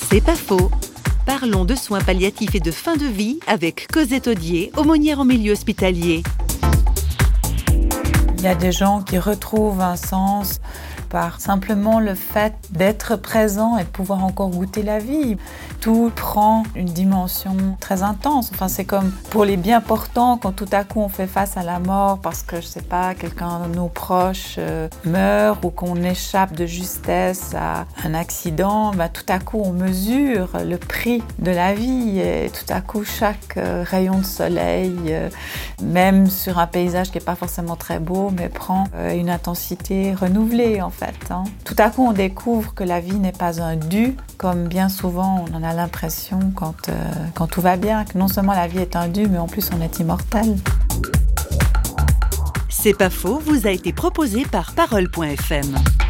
C'est pas faux. Parlons de soins palliatifs et de fin de vie avec Cosette Audier, aumônière en milieu hospitalier. Il y a des gens qui retrouvent un sens par simplement le fait d'être présent et de pouvoir encore goûter la vie. Tout prend une dimension très intense. Enfin, c'est comme pour les bien portants, quand tout à coup on fait face à la mort parce que, je sais pas, quelqu'un de nos proches meurt ou qu'on échappe de justesse à un accident, tout à coup on mesure le prix de la vie et tout à coup chaque rayon de soleil, même sur un paysage qui n'est pas forcément très beau, mais prend une intensité renouvelée en fait. Tout à coup on découvre que la vie n'est pas un dû, comme bien souvent on en a l'impression quand tout va bien, que non seulement la vie est un dû, mais en plus on est immortel. C'est pas faux, vous a été proposé par Parole.fm.